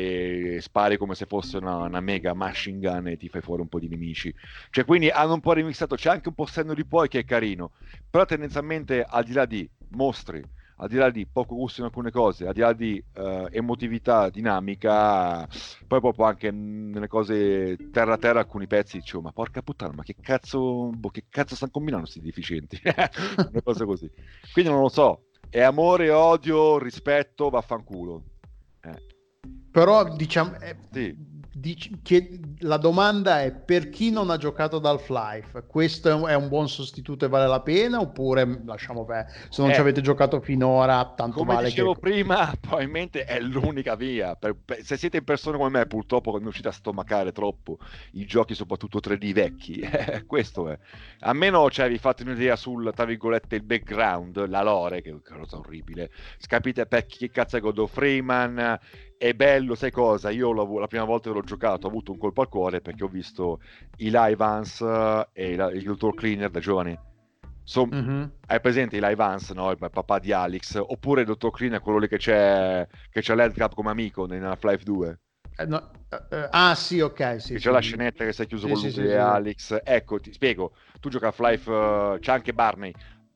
e spari come se fosse una, una mega machine gun e ti fai fuori un po' di nemici. Cioè, quindi hanno un po' remixato, c'è anche un po' senno di poi che è carino, però tendenzialmente al di là di mostri, al di là di poco gusto in alcune cose, al di là di eh, emotività dinamica, poi proprio anche nelle cose terra terra alcuni pezzi dicevo, ma porca puttana, ma che cazzo, boh, che cazzo stanno combinando questi deficienti? Una cosa così. Quindi non lo so, è amore, odio, rispetto, vaffanculo. Eh, Però diciamo, eh, sì, dic- che la domanda è per chi non ha giocato ad Half-Life, questo è un, è un buon sostituto e vale la pena oppure lasciamo perdere, se non ci eh, avete giocato finora tanto come vale che... dicevo prima, probabilmente è l'unica via. Per- per- se siete persone come me, purtroppo non riuscite a stomacare troppo i giochi, soprattutto tre D vecchi, eh, questo è. A meno cioè, vi fate un'idea sul, tra virgolette, il background, la lore, che è una cosa orribile. Capite per chi cazzo è Godot Freeman, è bello, sai cosa? Io l'ho- la prima volta che l'ho giocato ho avuto un colpo al cuore perché ho visto Eli Vance e la- il dottor Cleaner da giovani. Son- Mhm. hai presente Eli Vance, no? Il papà di Alex, oppure il dottor Clean è quello lì che c'è che c'è l'Headcrab come amico in Half-Life due, Eh, no, eh, eh, ah sì, ok, che sì, c'è la sì, scenetta che sei chiuso sì, con sì, lui sì, e sì. Alex. Ecco, ti spiego, tu giochi a Half-Life, eh, c'è anche Barney.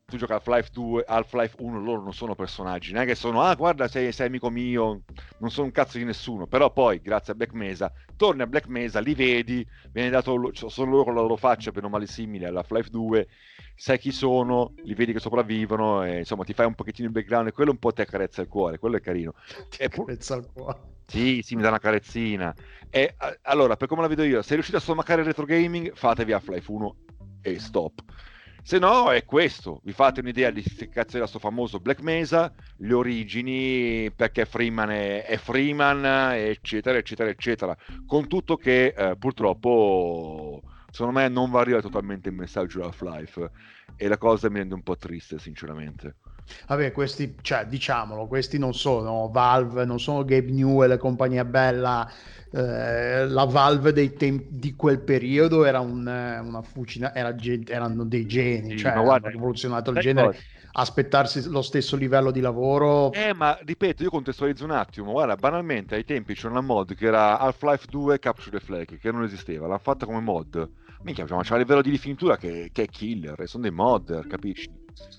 tu giochi Half-Life due, Half-Life uno, loro non sono personaggi, non è che sono, ah guarda sei, sei amico mio, non sono un cazzo di nessuno, però poi grazie a Black Mesa, torni a Black Mesa, li vedi, viene dato, sono loro con la loro faccia per male simile alla Half-Life due, sai chi sono, li vedi che sopravvivono e insomma ti fai un pochettino il background e quello un po' ti accarezza il cuore, quello è carino. Ti E pu- accarezza il cuore. sì, sì, mi dà una carezzina. E a- allora, per come la vedo io, se riuscite a stomaccare il retro gaming, fatevi Half-Life uno e stop. Se no, è questo. Vi fate un'idea di che cazzo era sto famoso Black Mesa, le origini, perché Freeman è, è Freeman, eccetera, eccetera, eccetera. Con tutto che eh, purtroppo, secondo me, non va a arrivare totalmente il messaggio di Half-Life. E la cosa mi rende un po' triste, sinceramente. Vabbè, questi, cioè, diciamolo, questi non sono Valve, non sono Gabe Newell e compagnia bella. Eh, la Valve dei tempi di quel periodo era un, eh, una fucina, era gente, erano dei geni, Sì, cioè ma hanno guarda, rivoluzionato il sai genere. cosa? Aspettarsi lo stesso livello di lavoro. Eh, ma ripeto, io contestualizzo un attimo. Guarda, banalmente ai tempi c'era una mod che era Half-Life due Capture the Flag, che non esisteva, l'hanno fatta come mod. Minchia, ma c'ha un livello di rifinitura che, che è killer, e sono dei modder, capisci?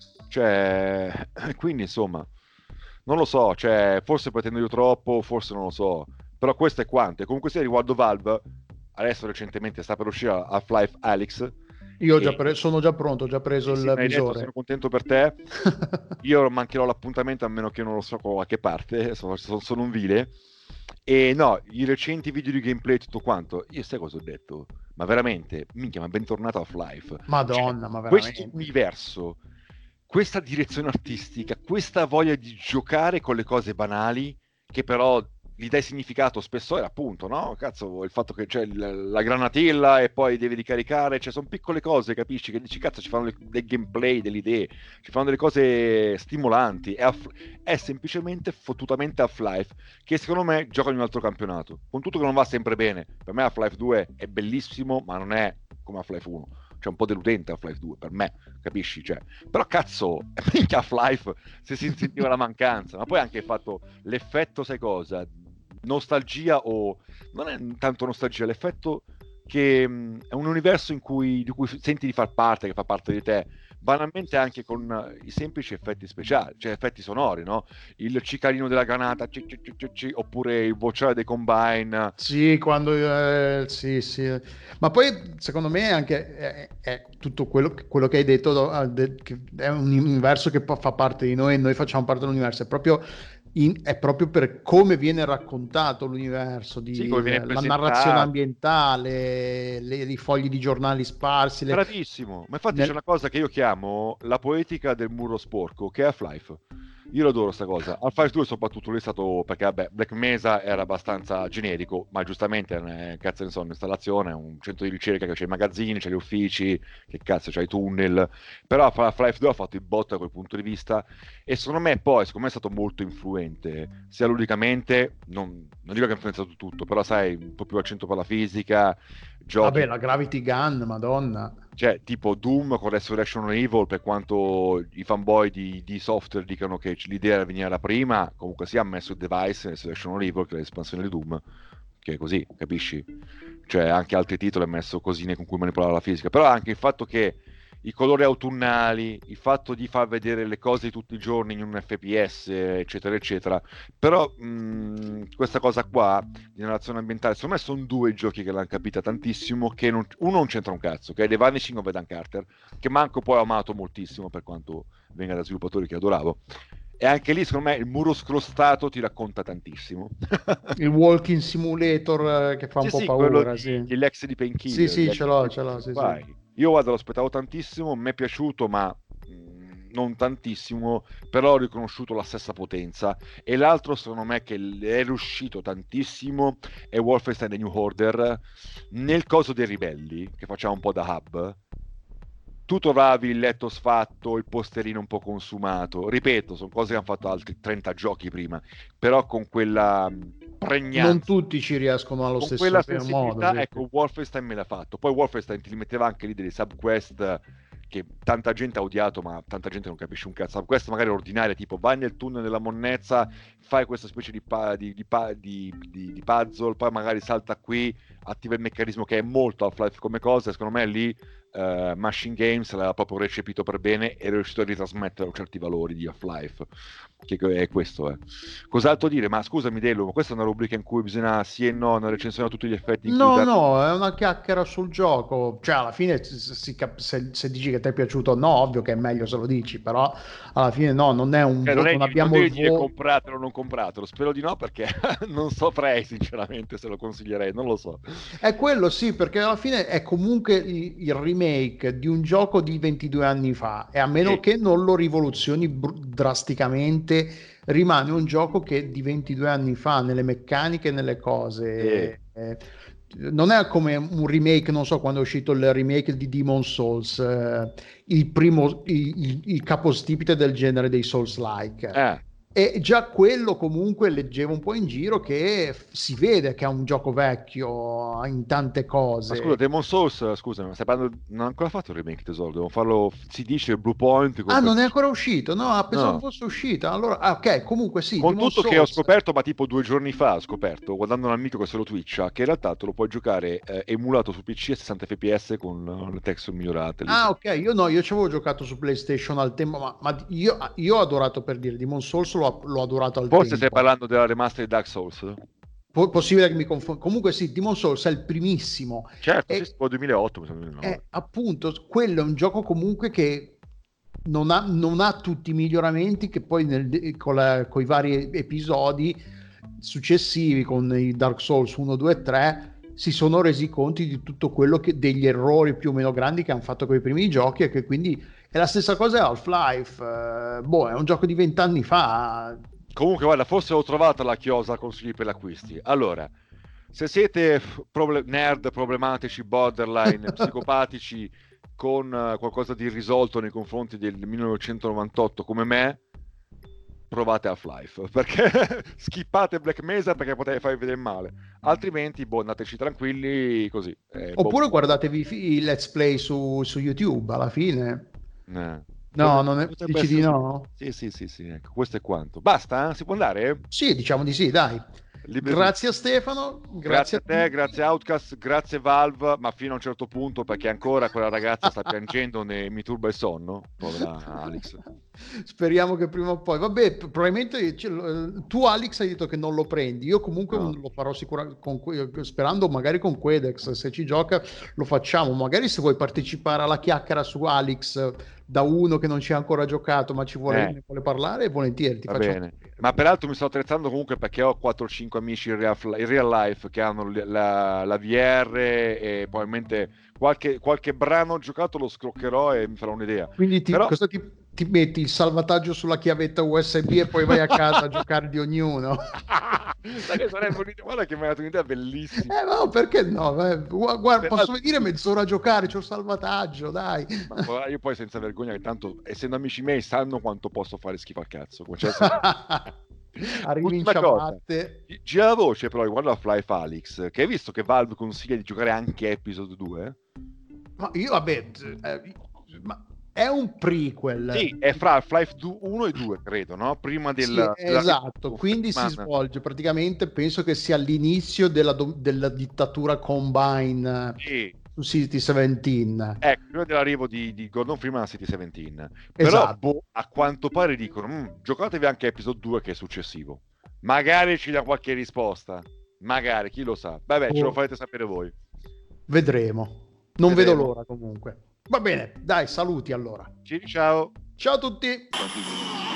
Cioè, quindi insomma, non lo so, cioè, forse pretendo io troppo, forse non lo so, però questo è quanto. E comunque sia riguardo Valve, adesso recentemente sta per uscire Half-Life Alyx, Io ho già e pre- sono già pronto, ho già preso sì, sì, il mi hai detto, sono visore. contento per te. Io mancherò l'appuntamento a meno che non lo so da qualche parte, sono, sono- sono un vile. E no, i recenti video di gameplay e tutto quanto, io sai cosa ho detto? Ma veramente, minchia, ma bentornato a Half-Life. Cioè, Madonna, ma questo veramente. universo, questa direzione artistica, questa voglia di giocare con le cose banali, che però gli dai significato spesso era appunto, no? Cazzo, il fatto che c'è il- la granatilla e poi devi ricaricare, cioè sono piccole cose, capisci? Che dici, cazzo, ci fanno le- del gameplay, delle idee, ci fanno delle cose stimolanti. È, Half- è semplicemente fottutamente Half-Life, che secondo me gioca in un altro campionato. Con tutto che non va sempre bene. Per me Half-Life due è bellissimo, ma non è come Half-Life uno. C'è un po' deludente Half-Life due, per me, capisci? Cioè, però cazzo, minchia Half-Life se si sentiva la mancanza, ma poi anche il fatto, l'effetto, sai cosa? Nostalgia o... non è tanto nostalgia, l'effetto che mh, è un universo in cui, di cui senti di far parte, che fa parte di te, banalmente anche con eh, i semplici effetti speciali, cioè effetti sonori, no? Il cicarino della granata, ci, ci, ci, ci, ci, oppure il vociare dei combine. Sì, quando eh, sì, sì. Ma poi secondo me anche è, è tutto quello, che- quello che hai detto, do- ah, de- che è un universo che pa- fa parte di noi e noi facciamo parte dell'universo, è proprio, in- è proprio per come viene raccontato l'universo, Sì, di, come viene la narrazione presentato. ambientale, le- i fogli di giornali sparsi. le- Bravissimo, ma infatti c'è nel- una cosa che io chiamo la poetica del muro sporco, che è Half-Life. Io lo adoro sta cosa. Half-Life due soprattutto lì è stato, perché vabbè, Black Mesa era abbastanza generico, ma giustamente è, cazzo ne so, un'installazione, un centro di ricerca che c'è i magazzini, c'è gli uffici, che cazzo c'è i tunnel. Però Half-Life due ha fatto il botto da quel punto di vista e secondo me poi, secondo me è stato molto influente, sia ludicamente, non, non dico che ha influenzato tutto, però sai, un po' più accento per la fisica, Vabbè, giochi la Gravity Gun, Madonna. cioè tipo Doom con Resurrection Evil, per quanto i fanboy di, di software dicano che l'idea era venire da prima, comunque si è messo il device Resurrection Evil, che è l'espansione di Doom, che è così, capisci? Cioè anche altri titoli hanno messo cosine con cui manipolare la fisica, però anche il fatto che i colori autunnali, il fatto di far vedere le cose tutti i giorni in un F P S, eccetera, eccetera. Però mh, questa cosa qua di narrazione ambientale, secondo me sono due i giochi che l'hanno capita tantissimo, che non, uno non c'entra un cazzo, che è The Vanishing of Ethan Carter, che manco poi ho amato moltissimo per quanto venga da sviluppatori che adoravo. E anche lì, secondo me, il muro scrostato ti racconta tantissimo. Il Walking Simulator eh, che fa un Sì, po' sì, quello paura, di, sì. di Lex di Sì, Painkiller, sì, Lex ce l'ho, di ce l'ho, questo sì, sì. qua. Io guarda, lo aspettavo tantissimo, mi è piaciuto, ma mh, non tantissimo, però ho riconosciuto la stessa potenza. E l'altro, secondo me, che l- è riuscito tantissimo è Wolfenstein The New Order. Nel coso dei ribelli, che facciamo un po' da hub, tu trovavi il letto sfatto, il posterino un po' consumato. Ripeto, sono cose che hanno fatto altri trenta giochi prima, però con quella mh, Non pregnanza, tutti ci riescono allo con quella stesso modo, sensibilità, sì, sì. ecco, Wolfenstein me l'ha fatto. Poi Wolfenstein ti li metteva anche lì delle subquest che tanta gente ha odiato, ma tanta gente non capisce un cazzo. Subquest magari ordinarie, tipo vai nel tunnel della monnezza, fai questa specie di, pa- di, di, pa- di- di- di puzzle, poi magari salta qui, attiva il meccanismo che è molto Half-Life come cosa, secondo me lì uh, Machine Games l'ha proprio recepito per bene e è riuscito a ritrasmettere certi valori di Half-Life, che è questo. Eh. Cos'altro dire? Ma scusami Delu, ma questa è una rubrica in cui bisogna sì e no, una recensione a tutti gli effetti? In No, cui no, è una chiacchiera sul gioco. Cioè, alla fine, si- si cap- se, se dici che ti è piaciuto, no, ovvio che è meglio se lo dici, però alla fine no, non è un Cioè, non, voto, è, non non abbiamo il devi dire voto. compratelo o non compratelo, spero di no perché non saprei sinceramente se lo consiglierei, non lo so. È quello sì, perché alla fine è comunque il, il remake di un gioco di ventidue anni fa e a meno Sì. che non lo rivoluzioni br- drasticamente, rimane un gioco che di ventidue anni fa, nelle meccaniche e nelle Sì. cose. eh, non è come un remake, non so quando è uscito il remake di Demon Souls, eh, il primo, il, il- il capostipite del genere dei Souls-like. Eh. E già quello comunque leggevo un po' in giro che f- si vede che è un gioco vecchio in tante Ma scusa, cose. Demon Souls, scusami, ma stai parlando... non ha ancora fatto il remake tesoro, devo farlo, si dice Blue Point Ah, con... non è ancora uscito? No, ah, pensavo No. fosse uscito. Allora, ah, ok, comunque sì, Con Demon tutto che ho Souls. scoperto, ma tipo due giorni fa ho scoperto, guardando un amico che se lo twitcha, che in realtà te lo puoi giocare eh, emulato su P C a sessanta F P S con uh, le texture migliorate. Lì. Ah, ok, io no, io ci avevo giocato su PlayStation al tempo, ma, ma io, io ho adorato, per dire, Demon Souls l'ho, l'ho adorato al Forse stai tempo. parlando della remaster di Dark Souls? Po- possibile che mi confondo. Comunque sì, Demon Souls è il primissimo. Certo, sì, E sì, poi duemilaotto, mi sembra è duemilanove. appunto, quello è un gioco comunque che non ha, non ha tutti i miglioramenti che poi nel, con, la, con i vari episodi successivi, con i Dark Souls uno, due e tre, si sono resi conti di tutto quello che, degli errori più o meno grandi che hanno fatto con i primi giochi e che quindi è la stessa cosa è Half-Life. Eh, boh, è un gioco di vent'anni fa. Comunque, guarda, forse ho trovato la chiosa consigli per gli acquisti. Allora, se siete proble- nerd problematici, borderline, psicopatici, con uh, qualcosa di irrisolto nei confronti del millenovecentonovantotto come me, provate Half-Life, perché skippate Black Mesa perché potete farvi vedere male. Altrimenti, boh, andateci tranquilli così. Eh, boh, Oppure guardatevi i i let's play su, su YouTube alla fine. eh. No, Potrebbe, non è... potrebbe dici di essere... no? Sì, sì, sì, sì, ecco, questo è quanto. Basta? Si può andare? Sì, diciamo di sì, dai. Liberi. Grazie a Stefano, Grazie grazie a a te, tutti. grazie Outcast, grazie Valve, ma fino a un certo punto perché ancora quella ragazza sta piangendo e mi turba il sonno, povera Alex. Speriamo che prima o poi, vabbè, p- probabilmente ce lo- tu Alex hai detto che non lo prendi, io comunque No. un- lo farò sicuramente con, que- sperando magari con Quedex, se ci gioca lo facciamo, magari se vuoi partecipare alla chiacchiera su Alex da uno che non ci ha ancora giocato ma ci vuole, Eh, ne vuole parlare, volentieri ti va facciamo bene. sapere. Ma peraltro mi sto attrezzando comunque perché ho quattro o cinque amici in real, in real life che hanno l- la, la V R e probabilmente qualche, qualche brano giocato lo scroccherò e mi farò un'idea. Quindi ti, Però cosa ti, ti metti il salvataggio sulla chiavetta U S B e poi vai a casa a giocare di ognuno? sai che sarebbe un'idea, guarda che mi hai dato un'idea bellissima. Eh no, perché no? Eh, gu- guarda, posso Peraltro, venire mezz'ora a giocare, c'ho il salvataggio, dai. ma poi- io poi senza vergogna che tanto essendo amici miei sanno quanto posso fare schifo al cazzo, cioè, se- Arrivi in ultima cosa, ciabatte. gi- gira la voce però riguardo a Half-Life Alex, che hai visto che Valve consiglia di giocare anche Episode due? Ma io, vabbè, eh, ma è un prequel. Sì, è fra Half-Life uno e due, credo, no? Prima Sì, del, della esatto, con quindi si Freeman. svolge praticamente, penso che sia l'inizio della, do- della dittatura Combine eh, Sì, su City diciassette. ecco, prima dell'arrivo di, di Gordon Freeman a City diciassette. Però, Esatto. boh, a quanto pare dicono, "Mm, giocatevi anche Episode due che è successivo. Magari ci dà qualche risposta. Magari, chi lo sa. Vabbè, ce lo Oh, farete sapere voi. vedremo. Non vedo Vedremo. l'ora comunque. Va bene, dai, saluti allora. Ci ciao. Ciao a tutti.